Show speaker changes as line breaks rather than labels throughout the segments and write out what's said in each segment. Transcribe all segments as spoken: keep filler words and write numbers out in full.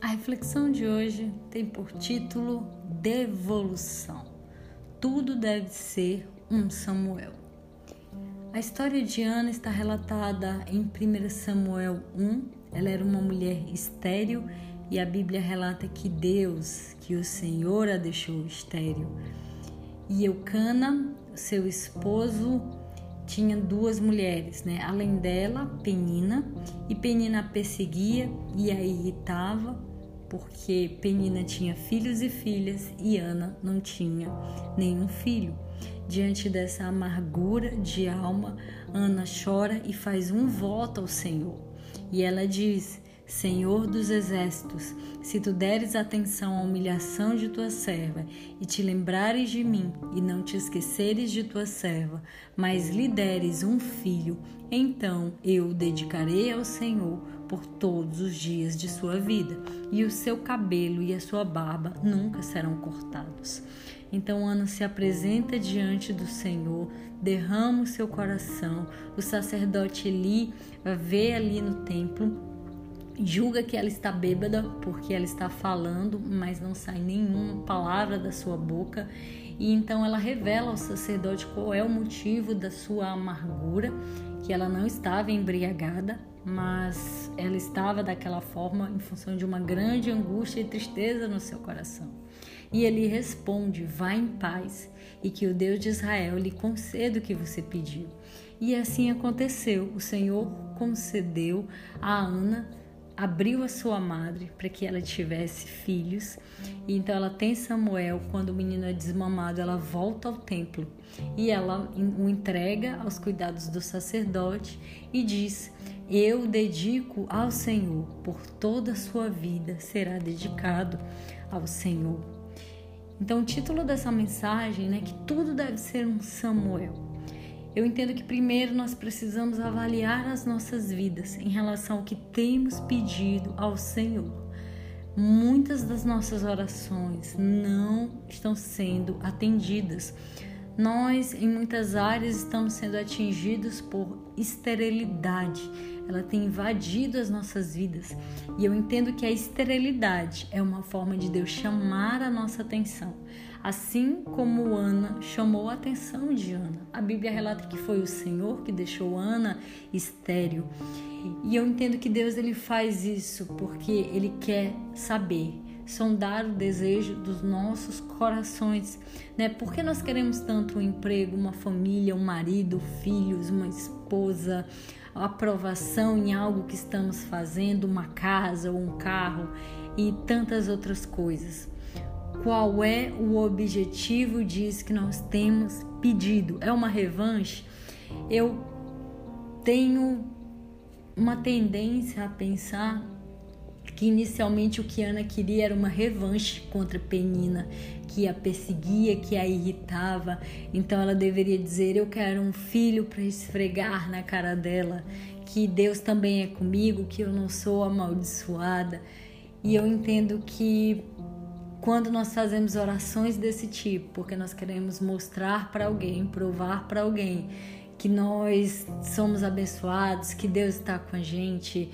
A reflexão de hoje tem por título Devolução. Tudo deve ser um Samuel. A história de Ana está relatada em primeiro Samuel um. Ela era uma mulher estéril e a Bíblia relata que Deus, que o Senhor a deixou estéril. E Eucana, seu esposo, tinha duas mulheres, né? Além dela, Penina, e Penina a perseguia e a irritava, porque Penina tinha filhos e filhas e Ana não tinha nenhum filho. Diante dessa amargura de alma, Ana chora e faz um voto ao Senhor. E ela diz: Senhor dos exércitos, se tu deres atenção à humilhação de tua serva e te lembrares de mim e não te esqueceres de tua serva, mas lhe deres um filho, então eu o dedicarei ao Senhor por todos os dias de sua vida, e o seu cabelo e a sua barba nunca serão cortados. Então Ana se apresenta diante do Senhor, derrama o seu coração, o sacerdote Eli vê ali no templo, julga que ela está bêbada porque ela está falando, mas não sai nenhuma palavra da sua boca. E então ela revela ao sacerdote qual é o motivo da sua amargura, que ela não estava embriagada, mas ela estava daquela forma em função de uma grande angústia e tristeza no seu coração. E ele responde: vá em paz e que o Deus de Israel lhe conceda o que você pediu. E assim aconteceu. O Senhor concedeu a Ana, abriu a sua madre para que ela tivesse filhos. E então ela tem Samuel. Quando o menino é desmamado, ela volta ao templo e ela o entrega aos cuidados do sacerdote e diz: eu dedico ao Senhor, por toda a sua vida será dedicado ao Senhor. Então o título dessa mensagem é, né, que tudo deve ser um Samuel. Eu entendo que primeiro nós precisamos avaliar as nossas vidas em relação ao que temos pedido ao Senhor. Muitas das nossas orações não estão sendo atendidas. Nós, em muitas áreas, estamos sendo atingidos por esterilidade. Ela tem invadido as nossas vidas. E eu entendo que a esterilidade é uma forma de Deus chamar a nossa atenção. Assim como Ana chamou a atenção de Ana. A Bíblia relata que foi o Senhor que deixou Ana estéril. E eu entendo que Deus ele faz isso porque Ele quer saber, sondar o desejo dos nossos corações, né? Por que nós queremos tanto um emprego, uma família, um marido, filhos, uma esposa, aprovação em algo que estamos fazendo, uma casa ou um carro e tantas outras coisas? Qual é o objetivo disso que nós temos pedido? É uma revanche? Eu tenho uma tendência a pensar que inicialmente o que Ana queria era uma revanche contra Penina, que a perseguia, que a irritava. Então ela deveria dizer: eu quero um filho para esfregar na cara dela, que Deus também é comigo, que eu não sou amaldiçoada. E eu entendo que quando nós fazemos orações desse tipo, porque nós queremos mostrar para alguém, provar para alguém que nós somos abençoados, que Deus está com a gente,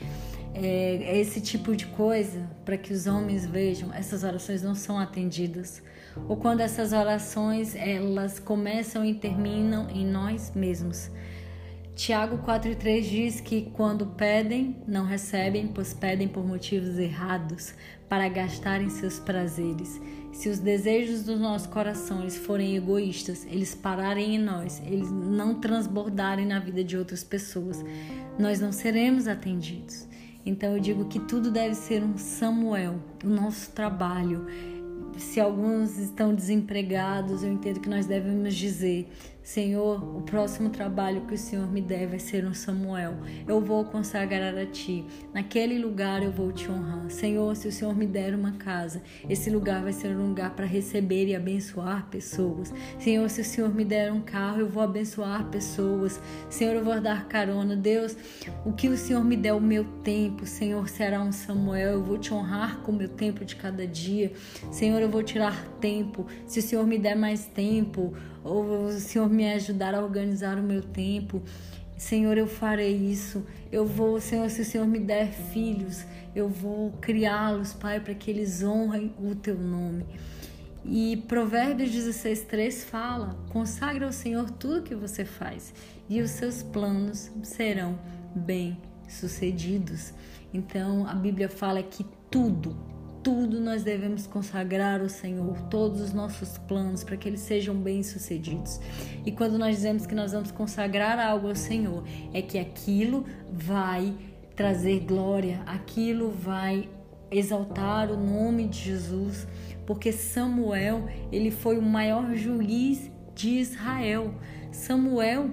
é, esse tipo de coisa, para que os homens vejam, essas orações não são atendidas. Ou quando essas orações elas começam e terminam em nós mesmos. Tiago quatro e três diz que quando pedem, não recebem, pois pedem por motivos errados, para gastarem seus prazeres. Se os desejos dos nossos corações forem egoístas, eles pararem em nós, eles não transbordarem na vida de outras pessoas, nós não seremos atendidos. Então eu digo que tudo deve ser um Samuel, o nosso trabalho. Se alguns estão desempregados, eu entendo que nós devemos dizer: Senhor, o próximo trabalho que o Senhor me der vai ser um Samuel. Eu vou consagrar a Ti. Naquele lugar eu vou Te honrar. Senhor, se o Senhor me der uma casa, esse lugar vai ser um lugar para receber e abençoar pessoas. Senhor, se o Senhor me der um carro, eu vou abençoar pessoas. Senhor, eu vou dar carona. Deus, o que o Senhor me der o meu tempo, Senhor, será um Samuel. Eu vou Te honrar com o meu tempo de cada dia. Senhor, eu vou tirar tempo. Se o Senhor me der mais tempo, ou o Senhor me ajudar a organizar o meu tempo, Senhor, eu farei isso. Eu vou, Senhor, se o Senhor me der filhos, eu vou criá-los, Pai, para que eles honrem o Teu nome. E Provérbios dezesseis, três fala: consagra ao Senhor tudo que você faz e os seus planos serão bem-sucedidos. Então, a Bíblia fala que tudo, tudo nós devemos consagrar ao Senhor, todos os nossos planos, para que eles sejam bem-sucedidos. E quando nós dizemos que nós vamos consagrar algo ao Senhor, é que aquilo vai trazer glória, aquilo vai exaltar o nome de Jesus, porque Samuel, ele foi o maior juiz de Israel. Samuel,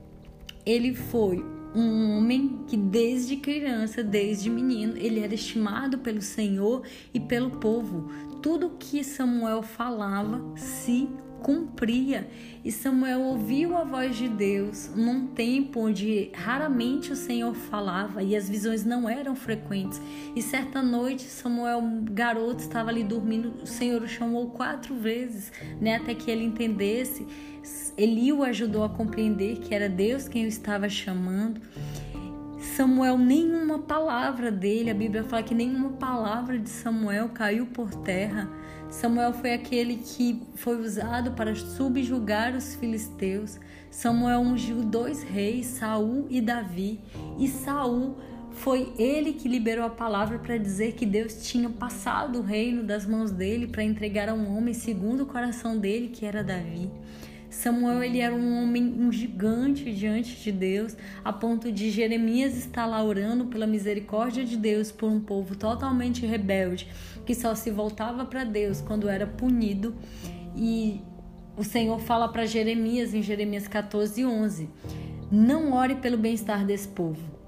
ele foi um homem que desde criança, desde menino, ele era estimado pelo Senhor e pelo povo. Tudo que Samuel falava se cumpria. E Samuel ouviu a voz de Deus num tempo onde raramente o Senhor falava e as visões não eram frequentes. E certa noite, Samuel, garoto, estava ali dormindo, o Senhor o chamou quatro vezes, né, até que ele entendesse. Eli o ajudou a compreender que era Deus quem o estava chamando. Samuel, nenhuma palavra dele, a Bíblia fala que nenhuma palavra de Samuel caiu por terra. Samuel foi aquele que foi usado para subjugar os filisteus. Samuel ungiu dois reis, Saul e Davi. E Saul foi ele que liberou a palavra para dizer que Deus tinha passado o reino das mãos dele para entregar a um homem segundo o coração dele, que era Davi. Samuel, ele era um homem, um gigante diante de Deus, a ponto de Jeremias estar lá orando pela misericórdia de Deus por um povo totalmente rebelde, que só se voltava para Deus quando era punido. E o Senhor fala para Jeremias, em Jeremias catorze, onze, não ore pelo bem-estar desse povo.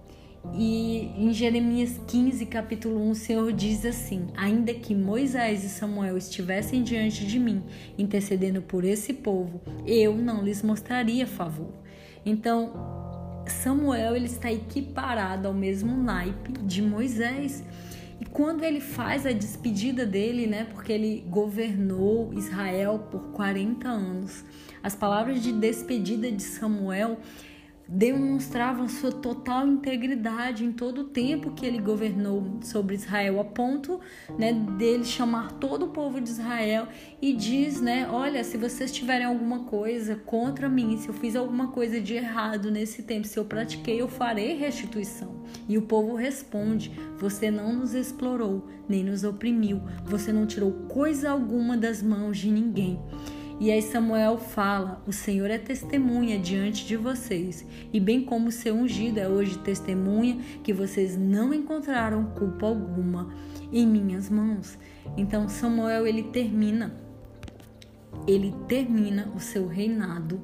E em Jeremias quinze, capítulo um, o Senhor diz assim: ainda que Moisés e Samuel estivessem diante de mim, intercedendo por esse povo, eu não lhes mostraria favor. Então, Samuel, ele está equiparado ao mesmo naipe de Moisés. E quando ele faz a despedida dele, né, porque ele governou Israel por quarenta anos, as palavras de despedida de Samuel demonstravam sua total integridade em todo o tempo que ele governou sobre Israel, a ponto, né, dele chamar todo o povo de Israel e diz, né, olha, se vocês tiverem alguma coisa contra mim, se eu fiz alguma coisa de errado nesse tempo, se eu pratiquei, eu farei restituição. E o povo responde: você não nos explorou, nem nos oprimiu, você não tirou coisa alguma das mãos de ninguém. E aí Samuel fala: o Senhor é testemunha diante de vocês, e bem como o seu ungido é hoje testemunha que vocês não encontraram culpa alguma em minhas mãos. Então Samuel, ele termina, ele termina o seu reinado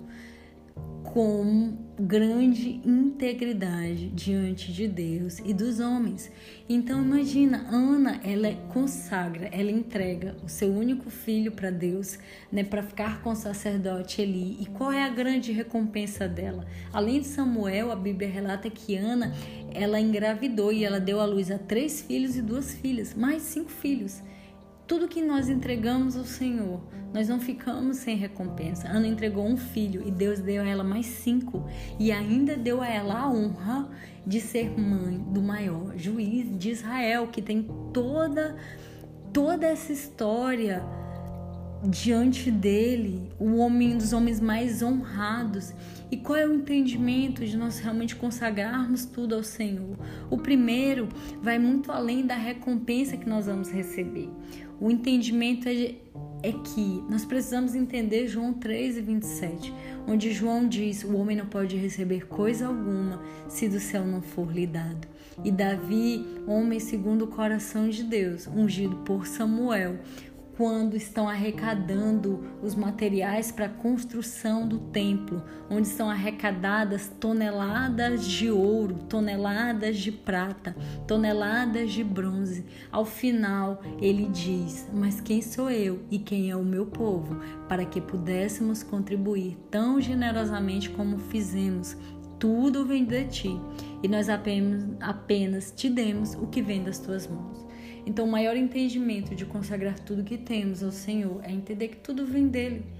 com grande integridade diante de Deus e dos homens. Então imagina, Ana, ela consagra, ela entrega o seu único filho para Deus, né, para ficar com o sacerdote Eli. E qual é a grande recompensa dela? Além de Samuel, a Bíblia relata que Ana, ela engravidou e ela deu à luz a três filhos e duas filhas, mais cinco filhos. Tudo que nós entregamos ao Senhor, nós não ficamos sem recompensa. Ana entregou um filho e Deus deu a ela mais cinco. E ainda deu a ela a honra de ser mãe do maior juiz de Israel, que tem toda, toda essa história diante dele, o homem dos homens mais honrados. E qual é o entendimento de nós realmente consagrarmos tudo ao Senhor? O primeiro vai muito além da recompensa que nós vamos receber. O entendimento é, é que nós precisamos entender João três, vinte e sete, onde João diz: o homem não pode receber coisa alguma se do céu não for lhe dado. E Davi, homem segundo o coração de Deus, ungido por Samuel, quando estão arrecadando os materiais para a construção do templo, onde são arrecadadas toneladas de ouro, toneladas de prata, toneladas de bronze. Ao final, ele diz: mas quem sou eu e quem é o meu povo, para que pudéssemos contribuir tão generosamente como fizemos? Tudo vem de ti, e nós apenas, apenas te demos o que vem das tuas mãos. Então, o maior entendimento de consagrar tudo que temos ao Senhor é entender que tudo vem dele.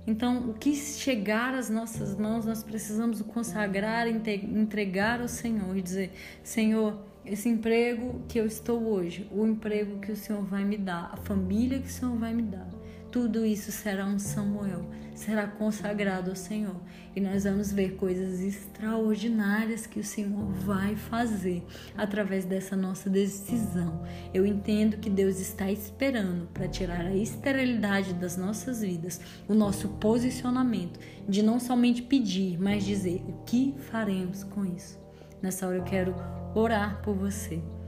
Então, o que chegar às nossas mãos, nós precisamos consagrar, entregar ao Senhor e dizer: Senhor, esse emprego que eu estou hoje, o emprego que o Senhor vai me dar, a família que o Senhor vai me dar, tudo isso será um Samuel, será consagrado ao Senhor. E nós vamos ver coisas extraordinárias que o Senhor vai fazer através dessa nossa decisão. Eu entendo que Deus está esperando para tirar a esterilidade das nossas vidas, o nosso posicionamento de não somente pedir, mas dizer o que faremos com isso. Nessa hora eu quero orar por você.